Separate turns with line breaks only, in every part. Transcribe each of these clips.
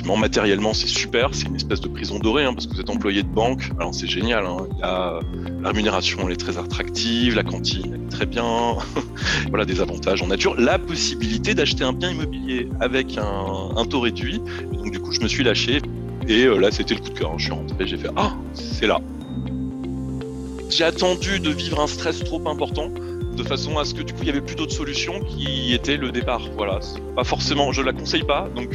effectivement, matériellement, c'est super. C'est une espèce de prison dorée, parce que vous êtes employé de banque. Alors, c'est génial. La rémunération, elle est très attractive. La cantine, elle est très bien. Voilà, des avantages en nature. La possibilité d'acheter un bien immobilier avec un taux réduit. Et donc, du coup, je me suis lâché. Et là, c'était le coup de cœur. Je suis rentré, j'ai fait « Ah, c'est là !» J'ai attendu de vivre un stress trop important, de façon à ce que du coup il y avait plus d'autres solutions qui étaient le départ. Voilà, c'est pas forcément, je la conseille pas. Donc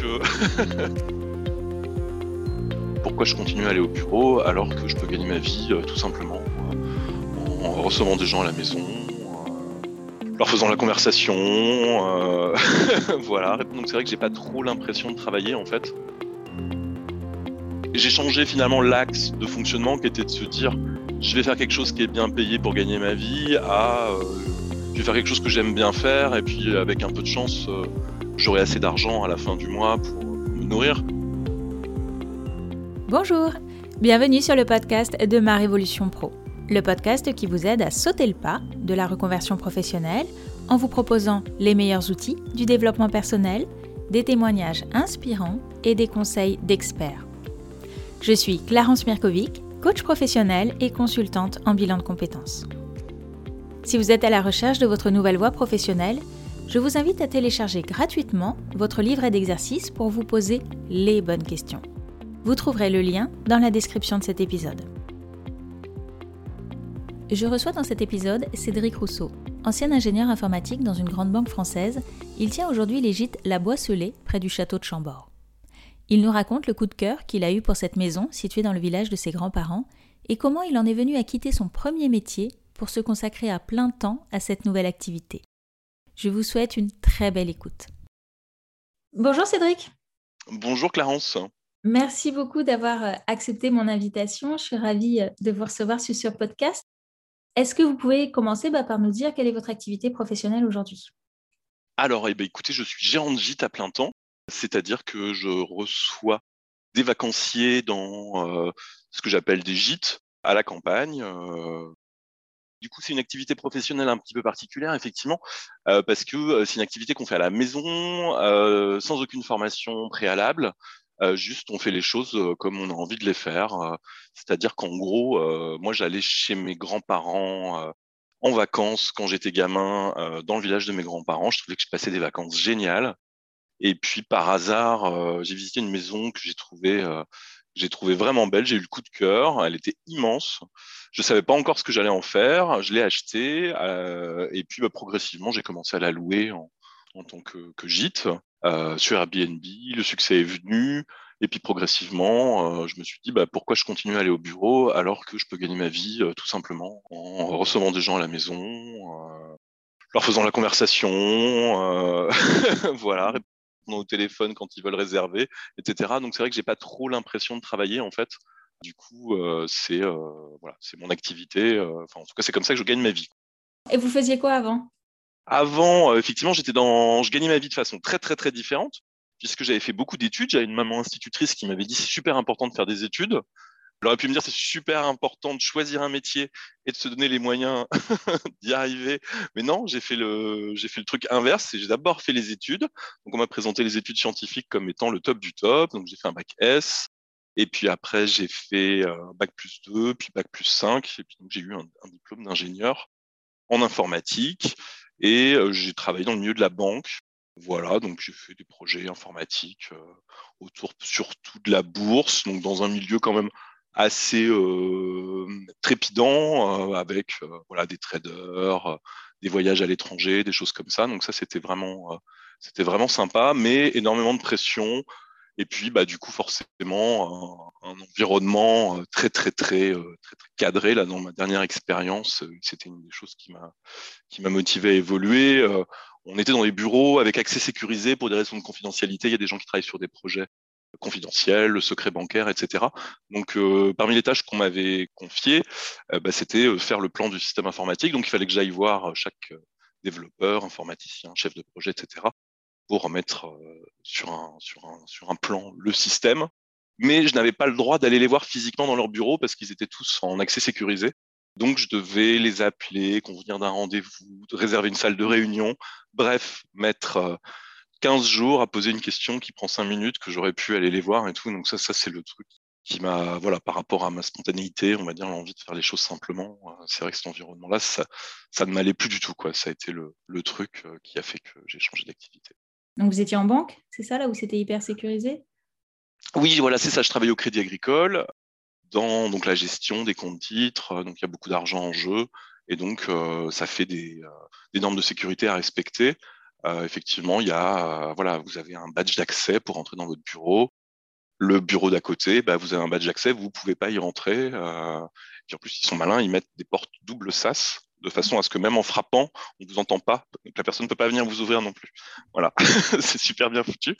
pourquoi je continue à aller au bureau alors que je peux gagner ma vie tout simplement en recevant des gens à la maison, leur faisant la conversation, voilà. Donc c'est vrai que j'ai pas trop l'impression de travailler en fait. Et j'ai changé finalement l'axe de fonctionnement qui était de se dire je vais faire quelque chose qui est bien payé pour gagner ma vie je vais faire quelque chose que j'aime bien faire et puis avec un peu de chance j'aurai assez d'argent à la fin du mois pour me nourrir.
Bonjour, bienvenue sur le podcast de Ma Révolution Pro, le podcast qui vous aide à sauter le pas de la reconversion professionnelle en vous proposant les meilleurs outils du développement personnel, des témoignages inspirants et des conseils d'experts. Je suis Clarence Mirkovic, coach professionnelle et consultante en bilan de compétences. Si vous êtes à la recherche de votre nouvelle voie professionnelle, je vous invite à télécharger gratuitement votre livret d'exercices pour vous poser les bonnes questions. Vous trouverez le lien dans la description de cet épisode. Je reçois dans cet épisode Cédric Rousseau. Ancien ingénieur informatique dans une grande banque française, il tient aujourd'hui les gîtes La Boisselée près du château de Chambord. Il nous raconte le coup de cœur qu'il a eu pour cette maison située dans le village de ses grands-parents et comment il en est venu à quitter son premier métier pour se consacrer à plein temps à cette nouvelle activité. Je vous souhaite une très belle écoute. Bonjour Cédric.
Bonjour Clarence.
Merci beaucoup d'avoir accepté mon invitation. Je suis ravie de vous recevoir sur ce podcast. Est-ce que vous pouvez commencer par nous dire quelle est votre activité professionnelle aujourd'hui ?
Alors, écoutez, je suis gérant de gîte à plein temps, c'est-à-dire que je reçois des vacanciers dans ce que j'appelle des gîtes à la campagne. Du coup, c'est une activité professionnelle un petit peu particulière, effectivement, parce que c'est une activité qu'on fait à la maison, sans aucune formation préalable. Juste, on fait les choses comme on a envie de les faire. C'est-à-dire qu'en gros, moi, j'allais chez mes grands-parents en vacances quand j'étais gamin dans le village de mes grands-parents. Je trouvais que je passais des vacances géniales. Et puis, par hasard, j'ai visité une maison que j'ai trouvé vraiment belle. J'ai eu le coup de cœur. Elle était immense. Je savais pas encore ce que j'allais en faire. Je l'ai achetée. Et puis, progressivement, j'ai commencé à la louer en tant que gîte sur Airbnb. Le succès est venu. Et puis, progressivement, je me suis dit, pourquoi je continue à aller au bureau alors que je peux gagner ma vie tout simplement en recevant des gens à la maison, leur faisant la conversation, voilà, répondre au téléphone quand ils veulent réserver, etc. Donc, c'est vrai que j'ai pas trop l'impression de travailler, en fait. Du coup, voilà, c'est mon activité. Enfin, en tout cas, c'est comme ça que je gagne ma vie.
Et vous faisiez quoi avant ?
Avant, effectivement, je gagnais ma vie de façon très, très, très différente, puisque j'avais fait beaucoup d'études. J'avais une maman institutrice qui m'avait dit c'est super important de faire des études. Elle aurait pu me dire c'est super important de choisir un métier et de se donner les moyens d'y arriver. Mais non, j'ai fait le truc inverse. J'ai d'abord fait les études. Donc, on m'a présenté les études scientifiques comme étant le top du top. Donc, j'ai fait un bac S. Et puis après, j'ai fait bac plus 2, puis bac plus 5. Et puis, donc, j'ai eu un diplôme d'ingénieur en informatique. Et j'ai travaillé dans le milieu de la banque. Voilà, donc j'ai fait des projets informatiques autour surtout de la bourse, donc dans un milieu quand même assez trépidant avec voilà des traders, des voyages à l'étranger, des choses comme ça. Donc ça c'était vraiment sympa, mais énormément de pression. Et puis du coup forcément un environnement très très très très très cadré là dans ma dernière expérience. C'était une des choses qui m'a motivé à évoluer. On était dans des bureaux avec accès sécurisé pour des raisons de confidentialité. Il y a des gens qui travaillent sur des projets confidentiels, le secret bancaire, etc. Donc, parmi les tâches qu'on m'avait confiées, c'était faire le plan du système informatique. Donc, il fallait que j'aille voir chaque développeur, informaticien, chef de projet, etc. pour mettre sur un plan le système. Mais je n'avais pas le droit d'aller les voir physiquement dans leur bureau parce qu'ils étaient tous en accès sécurisé. Donc, je devais les appeler, convenir d'un rendez-vous, réserver une salle de réunion, bref, mettre 15 jours à poser une question qui prend 5 minutes, que j'aurais pu aller les voir et tout. Donc ça c'est le truc qui m'a, voilà, par rapport à ma spontanéité, on va dire, l'envie de faire les choses simplement. C'est vrai que cet environnement-là, ça ne m'allait plus du tout, quoi. Ça a été le truc qui a fait que j'ai changé d'activité.
Donc, vous étiez en banque, c'est ça, là où c'était hyper sécurisé?
Oui, voilà, c'est ça. Je travaille au Crédit Agricole dans donc la gestion des comptes titres. Donc il y a beaucoup d'argent en jeu et donc ça fait des normes de sécurité à respecter. Effectivement, il y a voilà, vous avez un badge d'accès pour entrer dans votre bureau. Le bureau d'à côté, bah, vous avez un badge d'accès, vous ne pouvez pas y rentrer. Puis en plus, ils sont malins, ils mettent des portes double sas, de façon à ce que même en frappant, on ne vous entend pas, donc la personne ne peut pas venir vous ouvrir non plus. Voilà, c'est super bien foutu.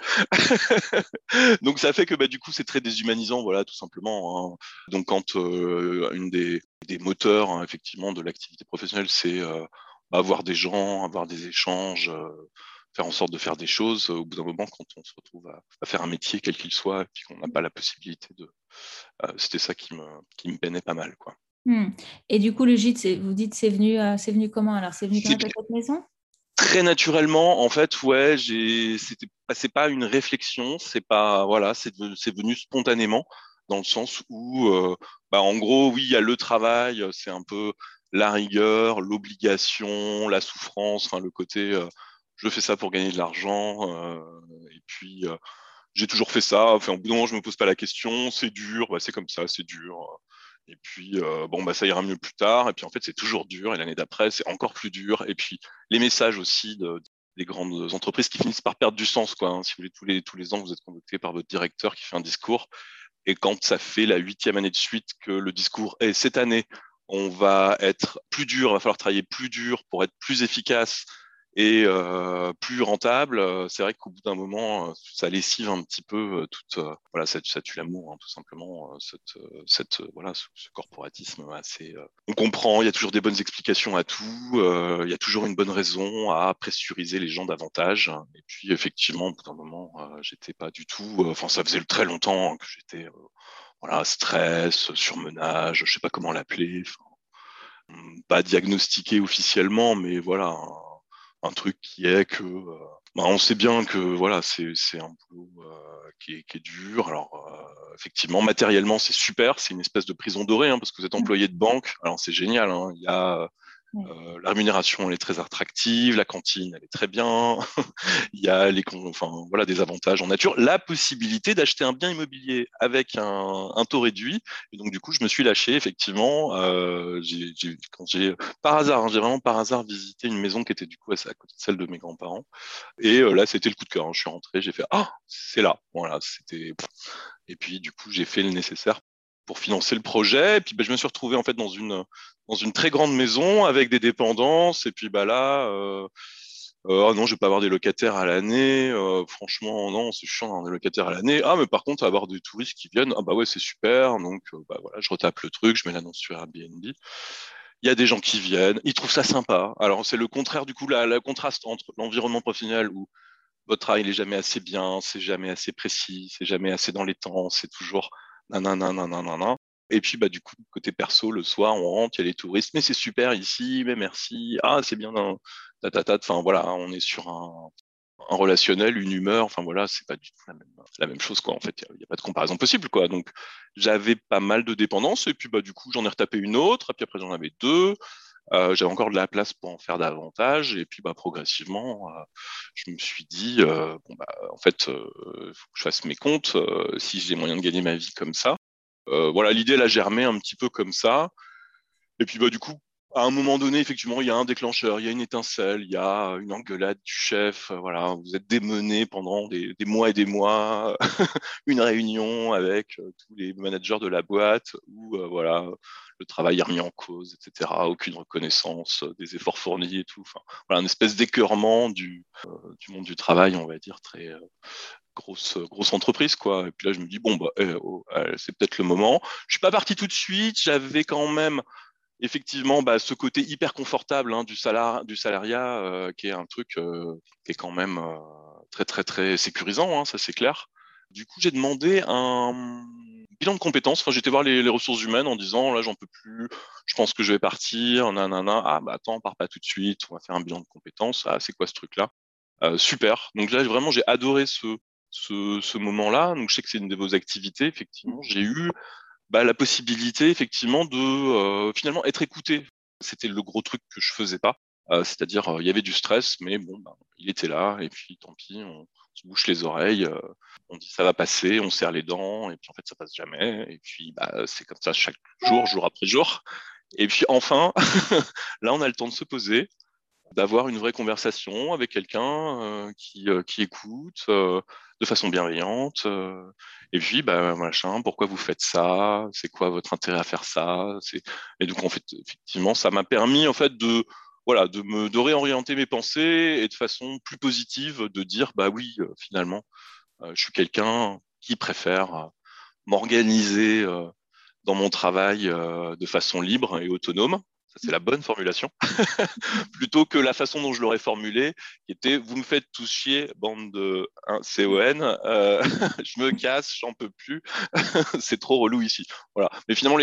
Donc ça fait que bah, du coup, c'est très déshumanisant, voilà, tout simplement. Hein. Donc quand une des moteurs, hein, effectivement, de l'activité professionnelle, c'est avoir des gens, avoir des échanges, faire en sorte de faire des choses. Au bout d'un moment, quand on se retrouve à faire un métier, quel qu'il soit, et puis qu'on n'a pas la possibilité de... c'était ça qui me peinait pas mal, quoi.
Et du coup, le gîte, vous dites, c'est venu comment alors? C'est venu
C'est
grâce à cette maison?
très naturellement, en fait, ouais, c'est pas une réflexion, c'est pas, voilà, c'est venu spontanément, dans le sens où, bah, en gros, oui, il y a le travail, c'est un peu la rigueur, l'obligation, la souffrance, enfin, le côté, je fais ça pour gagner de l'argent, et puis, j'ai toujours fait ça. Enfin, au bout d'un moment, je me pose pas la question. C'est dur, bah, c'est comme ça, c'est dur. Et puis, bon, bah, ça ira mieux plus tard. Et puis, en fait, c'est toujours dur. Et l'année d'après, c'est encore plus dur. Et puis, les messages aussi des grandes entreprises qui finissent par perdre du sens, quoi. Hein. Si vous voulez, tous les ans, vous êtes convoqué par votre directeur qui fait un discours. Et quand ça fait la 8e année de suite que le discours est cette année, on va être plus dur, il va falloir travailler plus dur pour être plus efficace et plus rentable, c'est vrai qu'au bout d'un moment, ça lessive un petit peu voilà, ça tue l'amour, hein, tout simplement, voilà, ce corporatisme assez. On comprend, il y a toujours des bonnes explications à tout, il y a toujours une bonne raison à pressuriser les gens davantage. Et puis effectivement, au bout d'un moment, j'étais pas du tout. Enfin, ça faisait très longtemps que j'étais, voilà, stress, surmenage, je sais pas comment l'appeler. Pas diagnostiqué officiellement, mais voilà, un truc qui est que bah, on sait bien que voilà, c'est un boulot qui est dur. Alors effectivement, matériellement, c'est super, c'est une espèce de prison dorée, hein, parce que vous êtes employé de banque. Alors c'est génial, hein, il y a
Ouais.
la rémunération, elle est très attractive, la cantine, elle est très bien. Il y a enfin, voilà, des avantages en nature. La possibilité d'acheter un bien immobilier avec un taux réduit. Et donc, du coup, je me suis lâché, effectivement. Quand par hasard, hein, j'ai vraiment par hasard visité une maison qui était du coup à côté de celle de mes grands-parents. Et là, c'était le coup de cœur. Hein. Je suis rentré, j'ai fait, ah, c'est là. Voilà, c'était. Et puis, du coup, j'ai fait le nécessaire pour financer le projet. Et puis, bah, je me suis retrouvé en fait dans une très grande maison avec des dépendances. Et puis, bah là, ah non, je vais pas avoir des locataires à l'année. Franchement, non, c'est chiant d'avoir des locataires à l'année. Ah, mais par contre, avoir des touristes qui viennent, ah bah ouais, c'est super. Donc, bah voilà, je retape le truc, je mets l'annonce sur Airbnb. Il y a des gens qui viennent, ils trouvent ça sympa. Alors, c'est le contraire, du coup, le contraste entre l'environnement professionnel où votre travail n'est jamais assez bien, c'est jamais assez précis, c'est jamais assez dans les temps, c'est toujours nanana, nanana. Et puis, bah, du coup, côté perso, le soir, on rentre, il y a les touristes, mais c'est super ici, mais merci, ah, c'est bien, tatata, enfin voilà, on est sur un relationnel, une humeur, enfin voilà, c'est pas du tout la même chose, quoi, en fait, il y a pas de comparaison possible, quoi. Donc, j'avais pas mal de dépendance, et puis, bah, du coup, j'en ai retapé une autre, et puis après, j'en avais deux, j'avais encore de la place pour en faire davantage. Et puis, bah, progressivement, je me suis dit, bon, bah, en fait, faut que je fasse mes comptes si j'ai moyen de gagner ma vie comme ça. Voilà, l'idée, elle a germé un petit peu comme ça. Et puis, bah, du coup, à un moment donné, effectivement, il y a un déclencheur, il y a une étincelle, il y a une engueulade du chef. Voilà, vous êtes démené pendant des mois et des mois, une réunion avec tous les managers de la boîte où, voilà, le travail est remis en cause, etc. Aucune reconnaissance des efforts fournis et tout. Enfin, voilà, une espèce d'écœurement du monde du travail, on va dire, très grosse entreprise, quoi. Et puis là, je me dis, bon, bah, c'est peut-être le moment. Je suis pas parti tout de suite. J'avais quand même effectivement, bah, ce côté hyper confortable hein, du salariat, qui est un truc qui est quand même très très très sécurisant, hein, ça c'est clair. Du coup, j'ai demandé un bilan de compétences. Enfin, j'étais voir les ressources humaines en disant là, j'en peux plus, je pense que je vais partir, nanana. Ah bah attends, on part pas tout de suite, on va faire un bilan de compétences. Ah, c'est quoi ce truc-là? Super. Donc là, vraiment, j'ai adoré ce moment-là. Donc je sais que c'est une de vos activités. Effectivement, j'ai eu la possibilité, effectivement, de finalement être écouté. C'était le gros truc que je faisais pas. C'est-à-dire, il y avait du stress, mais bon, il était là, et puis tant pis, on se bouche les oreilles, on dit ça va passer, on serre les dents, et puis en fait ça passe jamais, et puis c'est comme ça chaque jour, jour après jour. Et puis enfin, là on a le temps de se poser, d'avoir une vraie conversation avec quelqu'un qui écoute de façon bienveillante. Et puis, machin, pourquoi vous faites ça? C'est quoi votre intérêt à faire ça? Et donc, en fait, effectivement, ça m'a permis, en fait, de réorienter mes pensées et de façon plus positive de dire, bah oui, finalement, je suis quelqu'un qui préfère m'organiser dans mon travail de façon libre et autonome. Ça, c'est la bonne formulation plutôt que la façon dont je l'aurais formulé, qui était vous me faites tous chier, bande de CON, je me casse, j'en peux plus, c'est trop relou ici. Voilà. Mais finalement,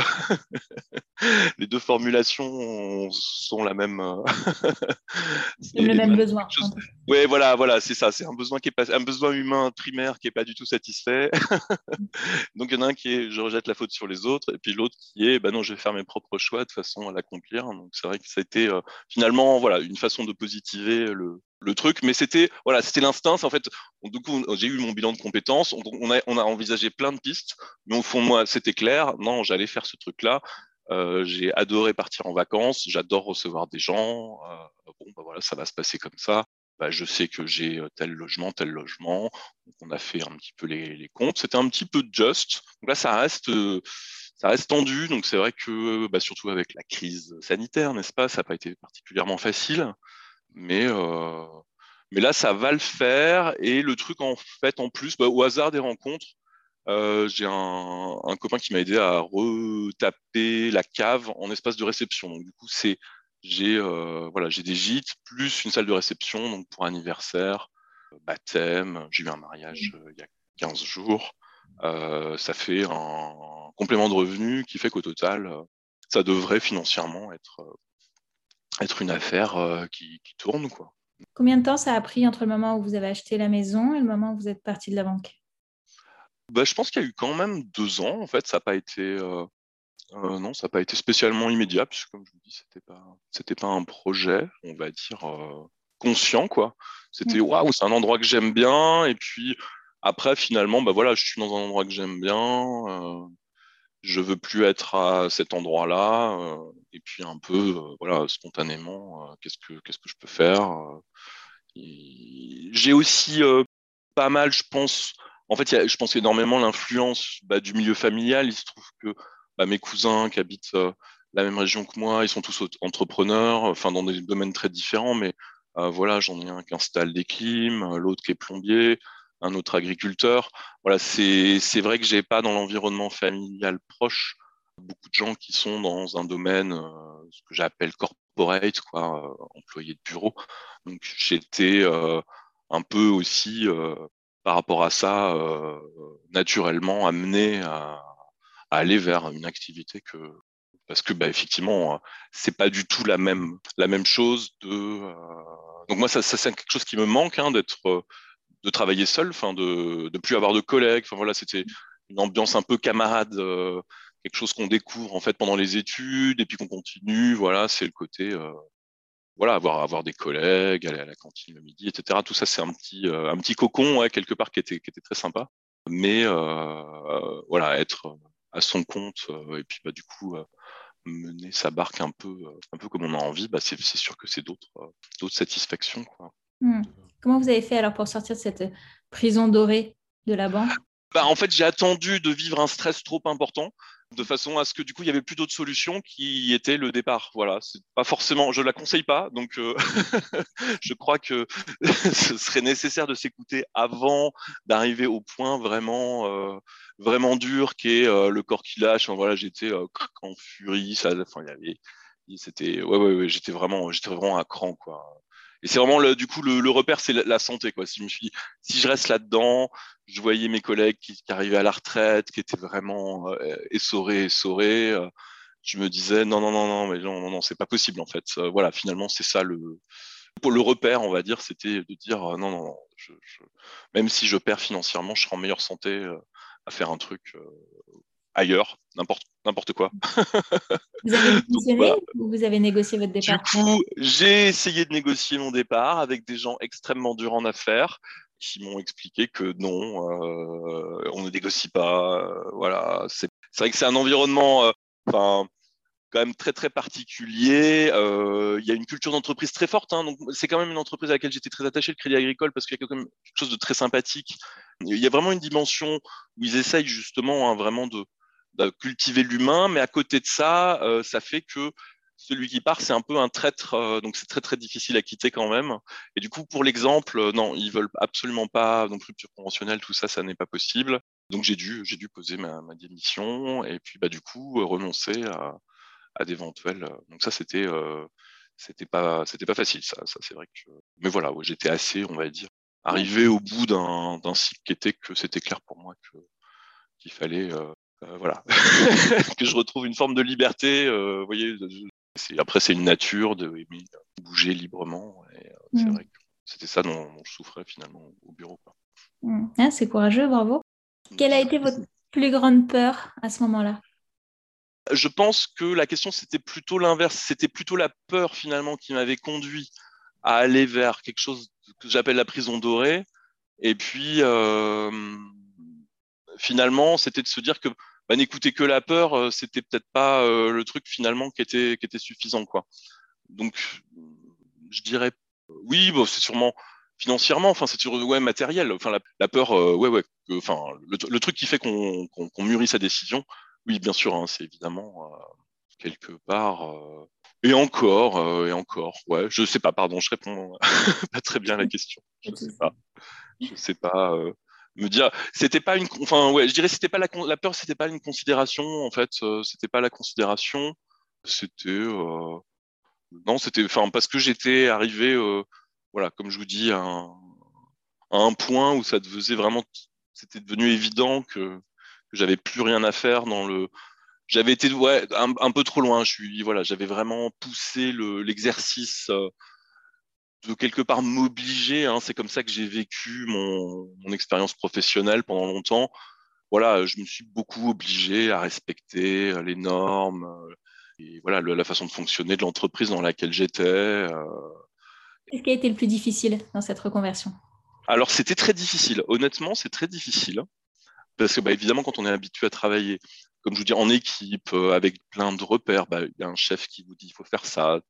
les deux formulations sont la même.
Comme le même
Émanent de
besoin,
quelque chose.
en tout cas.
Ouais, voilà, c'est ça. C'est un besoin qui est pas, un besoin humain primaire qui est pas du tout satisfait. Donc il y en a un qui est je rejette la faute sur les autres, et puis l'autre qui est non, je vais faire mes propres choix de façon à l'accomplir. Donc c'est vrai que ça a été finalement une façon de positiver le truc, mais c'était l'instinct. En fait, du coup, j'ai eu mon bilan de compétences, on a envisagé plein de pistes, mais au fond de moi, c'était clair. Non, j'allais faire ce truc-là. J'ai adoré partir en vacances, j'adore recevoir des gens. Voilà, ça va se passer comme ça. Je sais que j'ai tel logement, tel logement. Donc, on a fait un petit peu les comptes. C'était un petit peu just. Donc là, ça reste tendu. Donc c'est vrai que, surtout avec la crise sanitaire, n'est-ce pas, ça n'a pas été particulièrement facile. Mais, euh, mais là, ça va le faire. Et le truc, en fait, en plus, au hasard des rencontres, j'ai un copain qui m'a aidé à retaper la cave en espace de réception. Donc du coup, j'ai des gîtes plus une salle de réception donc pour anniversaire, baptême. J'ai eu un mariage il y a 15 jours. Ça fait un complément de revenu qui fait qu'au total, ça devrait financièrement être une affaire qui tourne, quoi.
Combien de temps ça a pris entre le moment où vous avez acheté la maison et le moment où vous êtes parti de la banque?
Je pense qu'il y a eu quand même 2 ans. En fait, ça n'a pas été non, ça n'a pas été spécialement immédiat, puisque comme je vous dis, c'était pas un projet, on va dire, conscient, quoi. C'était
Mm.
waouh, c'est un endroit que j'aime bien, et puis après, finalement, voilà, je suis dans un endroit que j'aime bien, je veux plus être à cet endroit-là, et puis un peu, voilà, spontanément, qu'est-ce que je peux faire? J'ai aussi pas mal, je pense. En fait, je pense énormément l'influence du milieu familial. Il se trouve que mes cousins qui habitent la même région que moi, ils sont tous entrepreneurs, enfin dans des domaines très différents, mais voilà, j'en ai un qui installe des clims, l'autre qui est plombier, un autre agriculteur. Voilà, c'est vrai que j'ai pas dans l'environnement familial proche beaucoup de gens qui sont dans un domaine ce que j'appelle corporate, quoi, employé de bureau. Donc j'étais un peu aussi par rapport à ça naturellement amené à aller vers une activité parce que effectivement c'est pas du tout la même chose donc moi ça c'est quelque chose qui me manque, hein, de travailler seul, enfin de plus avoir de collègues, enfin voilà, c'était une ambiance un peu camarade, quelque chose qu'on découvre en fait pendant les études et puis qu'on continue, voilà, c'est le côté voilà, avoir des collègues, aller à la cantine le midi, etc. Tout ça, c'est un petit cocon, ouais, quelque part, qui était très sympa. Mais voilà, être à son compte et puis du coup mener sa barque un peu comme on a envie, c'est sûr que c'est d'autres satisfactions, quoi.
Mm. Comment vous avez fait alors pour sortir de cette prison dorée de la banque?
En fait, j'ai attendu de vivre un stress trop important, de façon à ce que du coup, il y avait plus d'autres solutions qui étaient le départ. Voilà, c'est pas forcément, je la conseille pas, donc je crois que ce serait nécessaire de s'écouter avant d'arriver au point vraiment dur qui est le corps qui lâche. Enfin, voilà, j'étais en furie, enfin, ouais, j'étais vraiment à cran, quoi. Et c'est vraiment du coup le repère, c'est la santé, quoi. Si je reste là-dedans, je voyais mes collègues qui arrivaient à la retraite, qui étaient vraiment essorés. Je me disais non, non, non, non, mais non, non, non, c'est pas possible en fait. Voilà, finalement, c'est ça Pour le repère, on va dire, c'était de dire non, non, non, même si je perds financièrement, je serai en meilleure santé à faire un truc ailleurs, n'importe quoi.
Vous avez
Donc
démissionné
voilà.
ou vous avez négocié votre
Du
départ?
coup, j'ai essayé de négocier mon départ avec des gens extrêmement durs en affaires qui m'ont expliqué que non, on ne négocie pas. Voilà, c'est vrai que c'est un environnement, enfin, quand même très très particulier. Il y a une culture d'entreprise très forte, hein, donc c'est quand même une entreprise à laquelle j'étais très attaché, le Crédit Agricole, parce qu'il y a quand même quelque chose de très sympathique. Il y a vraiment une dimension où ils essayent justement, hein, vraiment de cultiver l'humain, mais à côté de ça, ça fait que celui qui part, c'est un peu un traître, donc c'est très très difficile à quitter quand même. Et du coup, pour l'exemple, non, ils veulent absolument pas, donc rupture conventionnelle, tout ça, ça n'est pas possible. Donc j'ai dû poser ma démission et puis bah du coup renoncer à d'éventuels. Donc ça, c'était pas facile, ça c'est vrai que. Mais voilà, ouais, j'étais assez, on va dire, arrivé au bout d'un cycle qui était que c'était clair pour moi qu'il fallait, voilà, que je retrouve une forme de liberté. Vous voyez, après c'est une nature de aimer bouger librement. Et c'est
Mm.
vrai que c'était ça dont je souffrais finalement au bureau, quoi.
Mm. Ah, c'est courageux, bravo. Quelle a
Merci.
été votre plus grande peur à ce moment-là?
Je pense que la question, c'était plutôt l'inverse. C'était plutôt la peur, finalement, qui m'avait conduit à aller vers quelque chose que j'appelle la prison dorée. Et puis, finalement, c'était de se dire que bah, n'écouter que la peur, c'était peut-être pas le truc, finalement, qui était suffisant, quoi. Donc, je dirais, oui, bon, c'est sûrement financièrement, enfin, c'est sûr, ouais, matériel. Enfin, la peur, ouais, ouais. Enfin, le truc qui fait qu'on mûrit sa décision, oui, bien sûr, hein, c'est évidemment quelque part. Et encore, ouais, je sais pas, pardon, je réponds pas très bien à la question.
Pas
Je
de
sais
souci.
pas, je sais pas. Me dire, c'était pas une, enfin, ouais, je dirais, c'était pas la peur, c'était pas une considération, en fait, c'était pas la considération, c'était, non, c'était, enfin, parce que j'étais arrivé, voilà, comme je vous dis, à un point où ça faisait vraiment, c'était devenu évident que j'avais plus rien à faire j'avais été ouais, un peu trop loin. Voilà, j'avais vraiment poussé l'exercice de quelque part m'obliger, hein. C'est comme ça que j'ai vécu mon expérience professionnelle pendant longtemps. Voilà, je me suis beaucoup obligé à respecter les normes et voilà la façon de fonctionner de l'entreprise dans laquelle j'étais.
Qu'est-ce qui a été le plus difficile dans cette reconversion?
Alors c'était très difficile. Honnêtement, c'est très difficile parce que bah, évidemment quand on est habitué à travailler, comme je vous dis, en équipe, avec plein de repères, bah, il y a un chef qui vous dit il faut faire ça,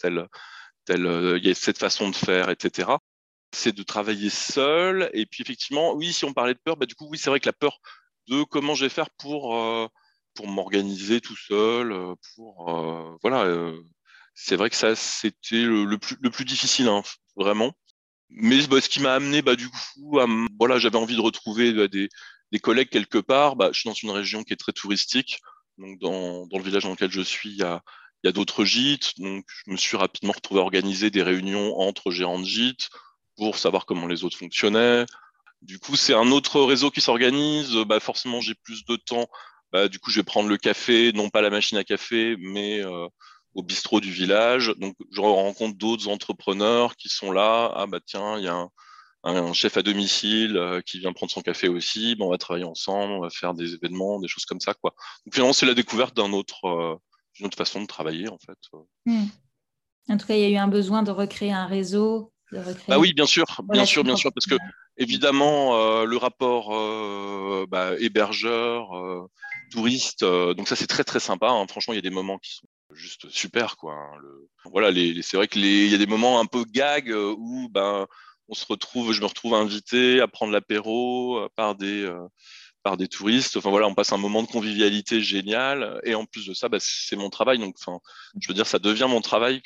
il y a cette façon de faire, etc. C'est de travailler seul. Et puis effectivement, oui, si on parlait de peur, bah, du coup, oui, c'est vrai que la peur de comment je vais faire pour m'organiser tout seul, voilà, c'est vrai que ça, c'était le plus difficile, hein, vraiment. Mais bah, ce qui m'a amené, bah, du coup, voilà, j'avais envie de retrouver bah, des collègues quelque part. Bah, je suis dans une région qui est très touristique. Donc, dans le village dans lequel je suis, il y a d'autres gîtes. Donc, je me suis rapidement retrouvé à organiser des réunions entre gérants de gîtes pour savoir comment les autres fonctionnaient. Du coup, c'est un autre réseau qui s'organise. Bah, forcément, j'ai plus de temps. Bah, du coup, je vais prendre le café, non pas la machine à café, mais au bistrot du village. Donc, je rencontre d'autres entrepreneurs qui sont là. Ah bah tiens, il y a un chef à domicile qui vient prendre son café aussi. Bon, on va travailler ensemble, on va faire des événements, des choses comme ça, quoi. Donc finalement, c'est la découverte d'une autre façon de travailler, en fait.
Hmm. En tout cas, il y a eu un besoin de recréer un réseau, de
Bah
recréer
oui, bien sûr,
une
bien sûr,
relation
bien sûr, parce que
professionnelle.
évidemment, le rapport bah, hébergeur, touriste, donc ça c'est très très sympa, hein. Franchement, il y a des moments qui sont juste super, quoi, hein. Voilà, c'est vrai il y a des moments un peu gag où ben je me retrouve invité à prendre l'apéro par des touristes. Enfin voilà, on passe un moment de convivialité génial. Et en plus de ça, bah, c'est mon travail. Donc, enfin, je veux dire, ça devient mon travail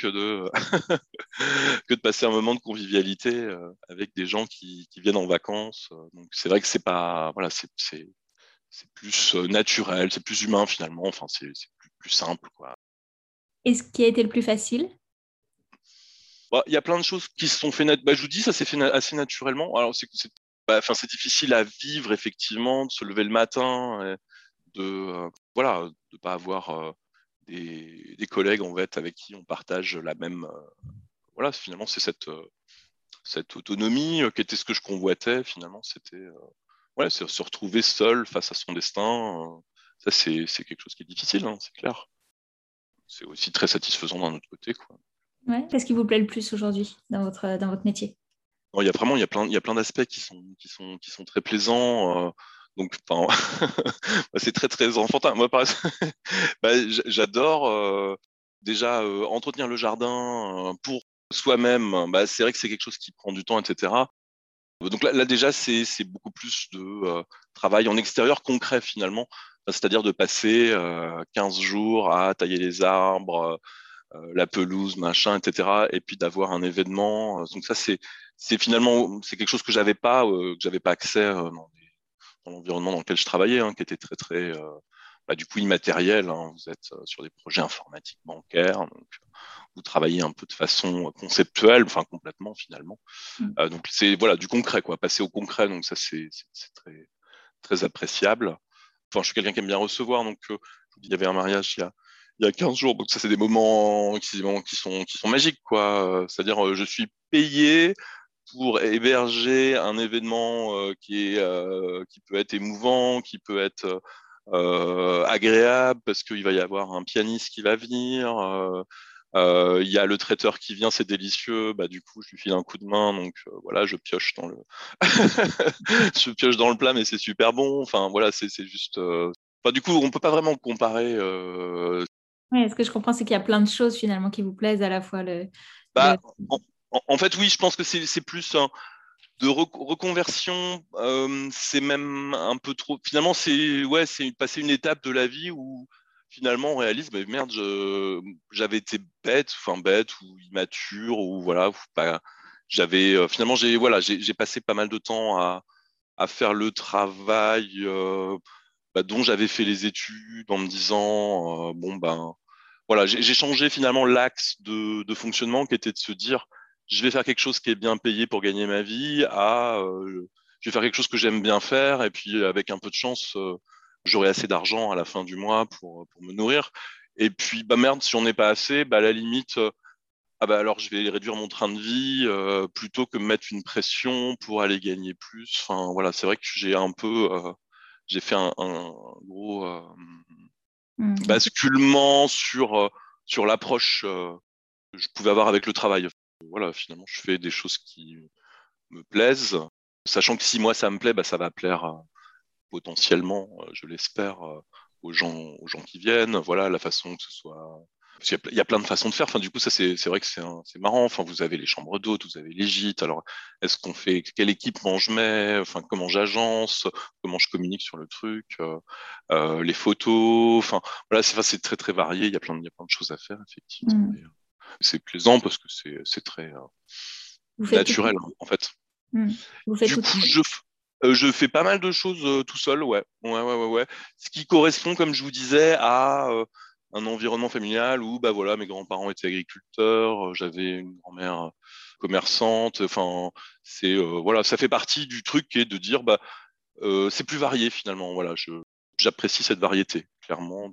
que de passer un moment de convivialité avec des gens qui viennent en vacances. Donc, c'est vrai que c'est pas, voilà, c'est plus naturel, c'est plus humain finalement. Enfin, c'est plus simple, quoi.
Et ce qui a été le plus facile?
Bah, il y a plein de choses qui se sont fait. Bah, je vous dis, ça s'est fait assez naturellement. Alors, enfin, c'est difficile à vivre effectivement, de se lever le matin, voilà, de pas avoir des collègues en fait avec qui on partage la même. Voilà, finalement, c'est cette cette autonomie qui était ce que je convoitais finalement. C'était c'est se retrouver seul face à son destin. Ça, c'est quelque chose qui est difficile, hein, c'est clair. C'est aussi très satisfaisant d'un autre côté, quoi.
Ouais. Qu'est-ce qui vous plaît le plus aujourd'hui dans votre métier?
Non, il y a plein d'aspects qui sont très plaisants. Donc, enfin, c'est très très enfantin. Moi, par exemple, j'adore déjà entretenir le jardin pour soi-même. C'est vrai que c'est quelque chose qui prend du temps, etc. Donc là déjà, c'est beaucoup plus de travail en extérieur concret finalement. C'est-à-dire de passer 15 jours à tailler les arbres, la pelouse, machin, etc. Et puis d'avoir un événement. Donc ça, c'est finalement c'est quelque chose que j'avais pas accès dans l'environnement dans lequel je travaillais, hein, qui était très très du coup immatériel. Hein. Vous êtes sur des projets informatiques bancaires, donc vous travaillez un peu de façon conceptuelle, enfin complètement finalement. Donc c'est voilà du concret, quoi, passer au concret. Donc ça c'est très très appréciable. Enfin, je suis quelqu'un qui aime bien recevoir, donc je vous dis, il y avait un mariage il y a 15 jours, donc ça c'est des moments qui sont magiques, quoi. C'est-à-dire je suis payé pour héberger un événement qui peut être émouvant, qui peut être agréable parce qu'il va y avoir un pianiste qui va venir. Il y a le traiteur qui vient, c'est délicieux. Du coup, je lui file un coup de main, donc voilà, je pioche dans le, je pioche dans le plat, mais c'est super bon. Enfin voilà, c'est juste. Enfin, du coup, on peut pas vraiment comparer.
Ouais, ce que je comprends, c'est qu'il y a plein de choses finalement qui vous plaisent à la fois le...
Bah, en, en fait, oui, je pense que c'est plus de reconversion. C'est même un peu trop. Finalement, c'est passer une étape de la vie où finalement on réalise, merde, j'avais été bête ou immature ou voilà, ou pas. J'avais finalement j'ai passé pas mal de temps à faire le travail dont j'avais fait les études en me disant bon ben voilà, j'ai changé finalement l'axe de fonctionnement qui était de se dire, je vais faire quelque chose qui est bien payé pour gagner ma vie, je vais faire quelque chose que j'aime bien faire, et puis avec un peu de chance, j'aurai assez d'argent à la fin du mois pour me nourrir. Et puis, merde, si j'en ai pas assez, à la limite, alors je vais réduire mon train de vie plutôt que me mettre une pression pour aller gagner plus. Enfin, voilà, c'est vrai que j'ai fait un gros basculement sur l'approche que je pouvais avoir avec le travail. Voilà, finalement, je fais des choses qui me plaisent, sachant que si moi ça me plaît, ça va plaire potentiellement, je l'espère, aux gens qui viennent. Voilà, la façon que ce soit. Parce qu'il y a plein de façons de faire. Enfin, du coup, ça, c'est vrai que c'est marrant. Enfin, vous avez les chambres d'hôtes, vous avez les gîtes. Alors, quel équipement je mets? Enfin, comment j'agence? Comment je communique sur le truc? Les photos. Enfin, voilà, c'est très, très varié. Il y a plein de choses à faire, effectivement.
Mm.
Et, c'est plaisant parce que c'est très
Vous faites tout.
naturel, en fait.
Mm. Vous faites
Du
tout.
coup, je fais pas mal de choses tout seul, ouais. Ouais, ouais, ouais, ouais. Ce qui correspond, comme je vous disais, à un environnement familial où, voilà, mes grands-parents étaient agriculteurs, j'avais une grand-mère commerçante. Enfin, voilà, ça fait partie du truc qui est de dire, c'est plus varié finalement. Voilà, j'apprécie cette variété, clairement,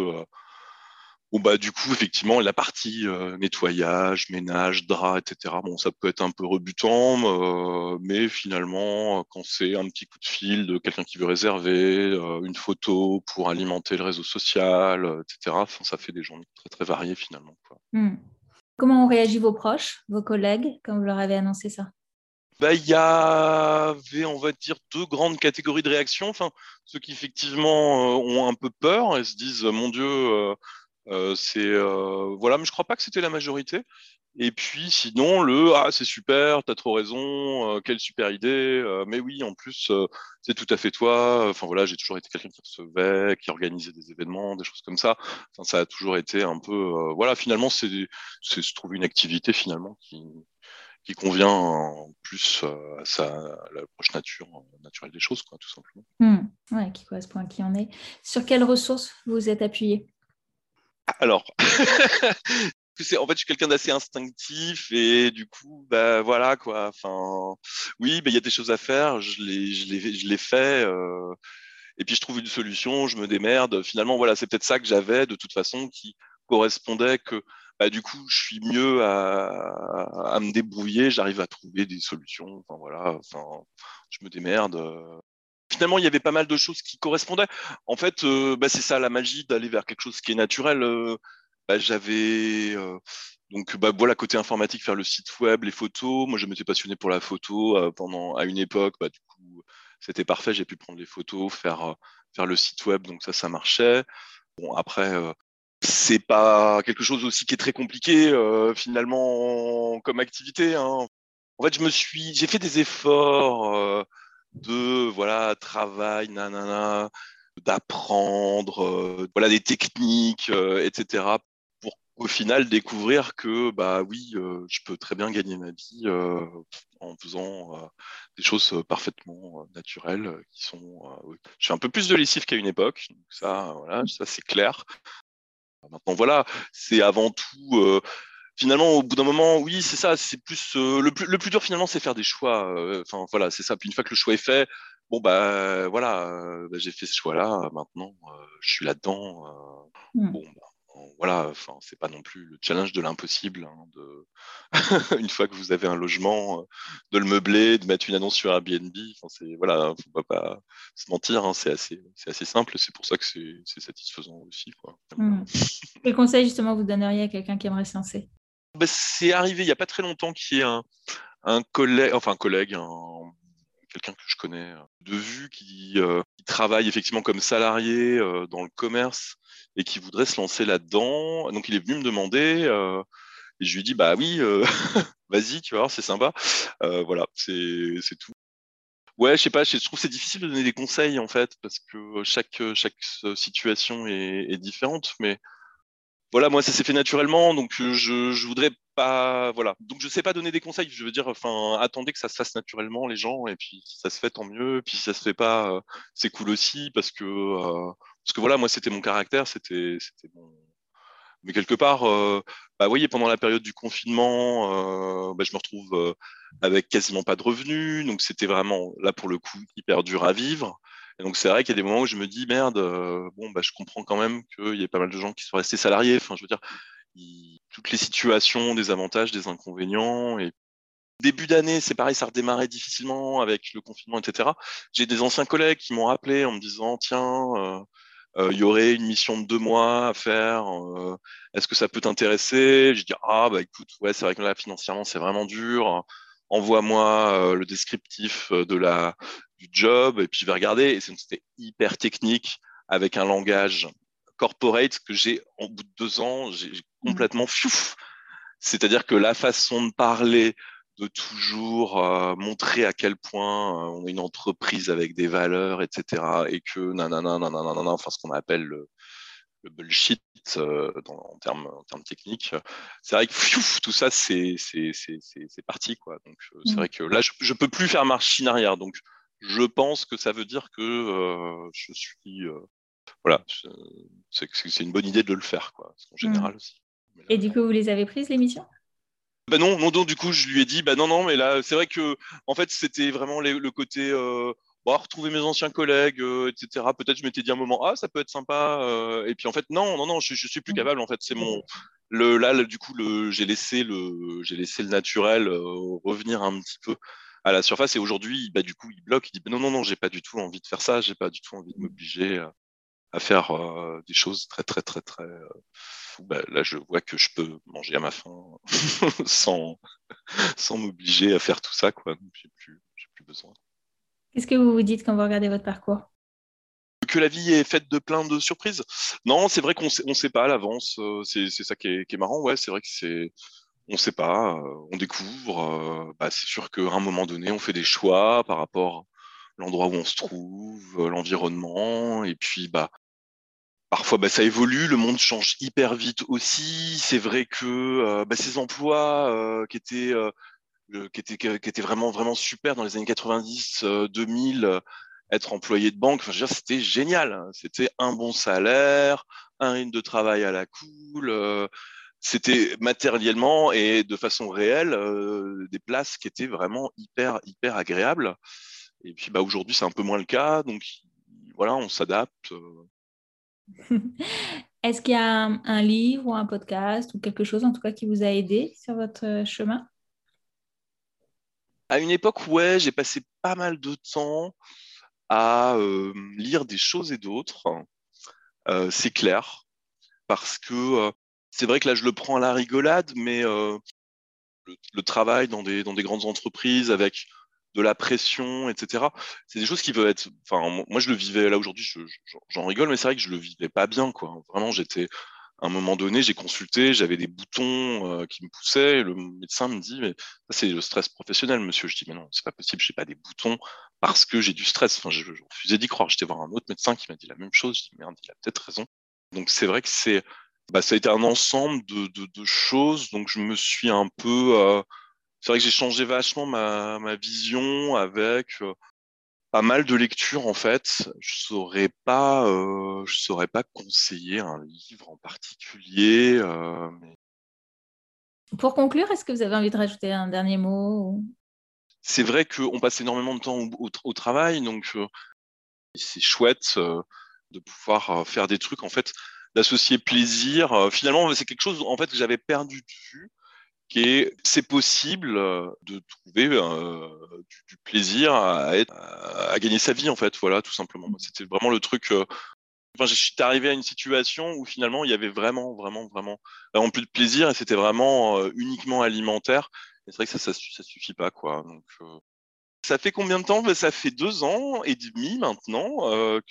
bon, du coup, effectivement, la partie nettoyage, ménage, drap, etc., bon, ça peut être un peu rebutant, mais finalement, quand c'est un petit coup de fil de quelqu'un qui veut réserver, une photo pour alimenter le réseau social, etc., enfin, ça fait des journées très, très variées finalement, quoi.
Mm. Comment ont réagi vos proches, vos collègues, quand vous leur avez annoncé ça?
Il y avait, on va dire, deux grandes catégories de réactions. Enfin, ceux qui effectivement ont un peu peur et se disent, mon Dieu, voilà, mais je crois pas que c'était la majorité. Et puis sinon, c'est super, t'as trop raison, quelle super idée, mais oui, en plus, c'est tout à fait toi. Enfin voilà, j'ai toujours été quelqu'un qui recevait, qui organisait des événements, des choses comme ça. Enfin, ça a toujours été un peu, voilà, finalement, se trouver une activité finalement qui convient plus à l'approche naturelle des choses, quoi, tout simplement.
Mm. Ouais, qui correspond à qui on est. Sur quelles ressources vous êtes appuyé?
Alors, en fait, je suis quelqu'un d'assez instinctif et du coup, voilà quoi. Enfin, oui, il y a des choses à faire. Je l'ai fait. Et puis je trouve une solution. Je me démerde. Finalement, voilà, c'est peut-être ça que j'avais de toute façon qui correspondait que du coup, je suis mieux à me débrouiller, j'arrive à trouver des solutions. Enfin, voilà, enfin, je me démerde. Finalement, il y avait pas mal de choses qui correspondaient. En fait, c'est ça la magie d'aller vers quelque chose qui est naturel. J'avais donc voilà côté informatique, faire le site web, les photos. Moi, je m'étais passionné pour la photo pendant à une époque. Du coup, c'était parfait. J'ai pu prendre les photos, faire le site web, donc ça marchait. Bon, après, c'est pas quelque chose aussi qui est très compliqué finalement comme activité, hein. En fait, j'ai fait des efforts de voilà travail, nanana, d'apprendre, voilà des techniques, etc. Pour au final découvrir que bah oui, je peux très bien gagner ma vie en faisant des choses parfaitement naturelles qui sont. Oui. Je suis un peu plus de lessive qu'à une époque, donc ça, voilà, ça c'est clair. Maintenant, voilà, c'est avant tout. Finalement, au bout d'un moment, oui, c'est ça. C'est plus le plus dur finalement, c'est faire des choix. Enfin, voilà, c'est ça. Puis une fois que le choix est fait, bon voilà, j'ai fait ce choix-là. Maintenant, je suis là-dedans. Bon, voilà. Enfin, c'est pas non plus le challenge de l'impossible, hein, de une fois que vous avez un logement, de le meubler, de mettre une annonce sur Airbnb. Enfin, c'est voilà, faut pas se mentir. Hein, c'est assez simple. C'est pour ça que c'est satisfaisant aussi, quoi.
Quel conseil justement vous donneriez à quelqu'un qui aimerait se lancer?
C'est arrivé il y a pas très longtemps qu'il y ait un collègue, enfin un collègue, quelqu'un que je connais de vue qui travaille effectivement comme salarié dans le commerce et qui voudrait se lancer là-dedans. Donc il est venu me demander et je lui ai dit bah oui, vas-y, tu vois, c'est sympa. Voilà, c'est tout. Ouais, je sais pas, je trouve que c'est difficile de donner des conseils en fait parce que chaque situation est différente, mais voilà, moi ça s'est fait naturellement, donc je voudrais pas, voilà. Donc je sais pas donner des conseils. Je veux dire, enfin, attendez que ça se fasse naturellement, les gens, et puis si ça se fait tant mieux. Puis si ça se fait pas, c'est cool aussi parce que voilà, moi c'était mon caractère, c'était mon. Mais quelque part, vous voyez, pendant la période du confinement, je me retrouve avec quasiment pas de revenus, donc c'était vraiment là pour le coup hyper dur à vivre. Et donc c'est vrai qu'il y a des moments où je me dis merde, je comprends quand même qu'il y ait pas mal de gens qui sont restés salariés. Enfin, je veux dire, toutes les situations, des avantages, des inconvénients. Et début d'année, c'est pareil, ça redémarrait difficilement avec le confinement, etc. J'ai des anciens collègues qui m'ont rappelé en me disant tiens. Il y aurait une mission de 2 mois à faire. Est-ce que ça peut t'intéresser? Je dis ah bah écoute, ouais, c'est vrai que là financièrement c'est vraiment dur. Envoie-moi le descriptif du job et puis je vais regarder. Et c'était hyper technique avec un langage corporate que j'ai au bout de 2 ans, j'ai complètement fiouf. C'est-à-dire que la façon de parler, de toujours montrer à quel point on est une entreprise avec des valeurs, etc. Et que nanana, nanana, nanana, enfin ce qu'on appelle le bullshit en termes techniques. C'est vrai que pfiouf, tout ça, c'est parti, quoi. Donc c'est vrai que là, je peux plus faire machine arrière. Donc je pense que ça veut dire que je suis voilà, c'est une bonne idée de le faire, quoi. Parce qu'en général aussi. Mais là,
Et du coup, vous les avez prises, l'émission?
non, non, donc du coup, je lui ai dit, bah non, non, mais là, c'est vrai que, en fait, c'était vraiment le côté, retrouver mes anciens collègues, etc. Peut-être je m'étais dit un moment, ah, ça peut être sympa, et puis en fait, non, non, non, je suis plus capable, en fait, c'est du coup, j'ai laissé le naturel revenir un petit peu à la surface, et aujourd'hui, du coup, il bloque, il dit, bah non, non, non, j'ai pas du tout envie de faire ça, j'ai pas du tout envie de m'obliger à faire des choses très, très, très, très. Là, je vois que je peux manger à ma faim sans, sans m'obliger à faire tout ça, quoi. Donc, j'ai plus besoin.
Qu'est-ce que vous vous dites quand vous regardez votre parcours?
Que la vie est faite de plein de surprises. Non, c'est vrai on sait pas à l'avance. C'est ça qui est marrant. Ouais, c'est vrai que on sait pas. On découvre. C'est sûr qu'à un moment donné, on fait des choix par rapport à l'endroit où on se trouve, l'environnement, et puis parfois, ça évolue, le monde change hyper vite aussi. C'est vrai que ces emplois qui étaient vraiment vraiment super dans les années 90, 2000, être employé de banque, enfin, je veux dire, c'était génial, hein. C'était un bon salaire, un rythme de travail à la cool. C'était matériellement et de façon réelle des places qui étaient vraiment hyper hyper agréables. Et puis aujourd'hui, c'est un peu moins le cas, donc voilà, on s'adapte.
Est-ce qu'il y a un livre ou un podcast ou quelque chose en tout cas qui vous a aidé sur votre chemin?
À une époque, ouais, j'ai passé pas mal de temps à lire des choses et d'autres, c'est clair, parce que c'est vrai que là, je le prends à la rigolade, mais le travail dans des grandes entreprises avec de la pression, etc., c'est des choses qui peuvent être. Enfin, moi, je le vivais là aujourd'hui, j'en rigole, mais c'est vrai que je le vivais pas bien, quoi. Vraiment, à un moment donné, j'ai consulté, j'avais des boutons qui me poussaient. Et le médecin me dit, mais ça, c'est le stress professionnel, monsieur. Je dis, mais non, c'est pas possible, j'ai pas des boutons parce que j'ai du stress. Enfin, je refusais d'y croire. J'étais voir un autre médecin qui m'a dit la même chose. Je dis, merde, il a peut-être raison. Donc, c'est vrai que ça a été un ensemble de choses. Donc, je me suis un peu. C'est vrai que j'ai changé vachement ma vision avec pas mal de lectures en fait. Je saurais pas conseiller un livre en particulier. Mais
Pour conclure, est-ce que vous avez envie de rajouter un dernier mot?
c'est vrai qu'on passe énormément de temps au travail, donc c'est chouette de pouvoir faire des trucs en fait, d'associer plaisir. Finalement, c'est quelque chose en fait que j'avais perdu de vue. C'est possible de trouver du plaisir à gagner sa vie en fait, voilà, tout simplement. C'était vraiment le truc. Enfin, je suis arrivé à une situation où finalement il y avait vraiment plus de plaisir et c'était vraiment uniquement alimentaire. Et c'est vrai que ça suffit pas quoi. Donc, ça fait combien de temps? Ben, ça fait 2 ans et demi maintenant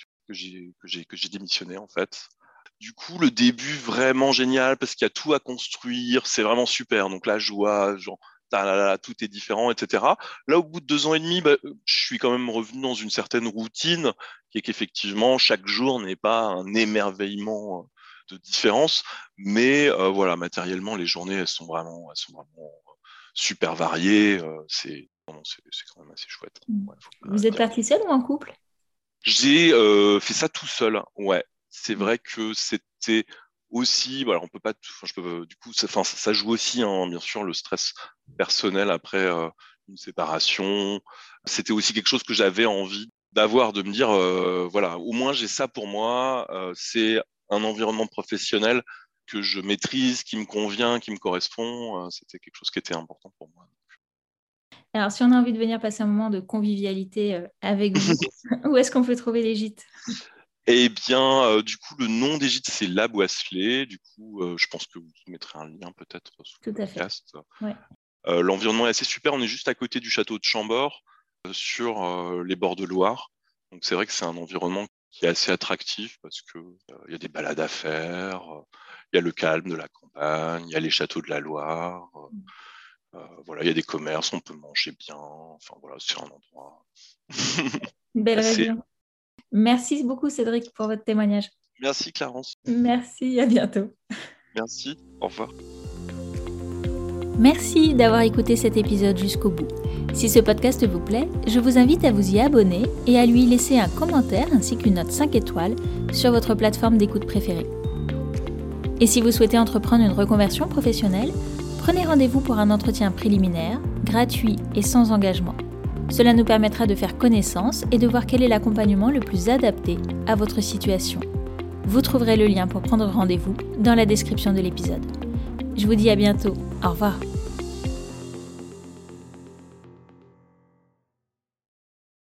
que j'ai démissionné en fait. Du coup, le début vraiment génial parce qu'il y a tout à construire, c'est vraiment super. Donc la joie, genre, tout est différent, etc. Là, au bout de 2 ans et demi, bah, je suis quand même revenu dans une certaine routine qui est qu'effectivement, chaque jour n'est pas un émerveillement de différence. Mais voilà, matériellement, les journées, elles sont vraiment super variées. C'est quand même assez chouette. Ouais, faut pas
Vous êtes
dire.
parti seul ou en couple?
J'ai fait ça tout seul. Ouais, c'est vrai que c'était aussi. Voilà, on peut pas. Enfin, je peux. Du coup, ça joue aussi, hein, bien sûr, le stress personnel après une séparation. C'était aussi quelque chose que j'avais envie d'avoir, de me dire, voilà, au moins j'ai ça pour moi. C'est un environnement professionnel que je maîtrise, qui me convient, qui me correspond. C'était quelque chose qui était important pour moi.
Alors, si on a envie de venir passer un moment de convivialité avec vous, où est-ce qu'on peut trouver les gîtes?
Eh bien, du coup, le nom des gîtes, c'est La Boisselée. Du coup, je pense que vous mettrez un lien peut-être sous
Tout
le
à fait.
podcast.
Ouais.
L'environnement est assez super. On est juste à côté du château de Chambord, sur les bords de Loire. Donc, c'est vrai que c'est un environnement qui est assez attractif parce que il y a des balades à faire, il y a le calme de la campagne, il y a les châteaux de la Loire. Voilà, il y a des commerces, on peut manger bien. Enfin, voilà, c'est un endroit
Une belle
assez.
région. Merci beaucoup, Cédric, pour votre témoignage.
Merci, Clarence.
Merci, à bientôt.
Merci. Au revoir.
Merci d'avoir écouté cet épisode jusqu'au bout. Si ce podcast vous plaît, je vous invite à vous y abonner et à lui laisser un commentaire ainsi qu'une note 5 étoiles sur votre plateforme d'écoute préférée. Et si vous souhaitez entreprendre une reconversion professionnelle, prenez rendez-vous pour un entretien préliminaire, gratuit et sans engagement. Cela nous permettra de faire connaissance et de voir quel est l'accompagnement le plus adapté à votre situation. Vous trouverez le lien pour prendre rendez-vous dans la description de l'épisode. Je vous dis à bientôt. Au revoir.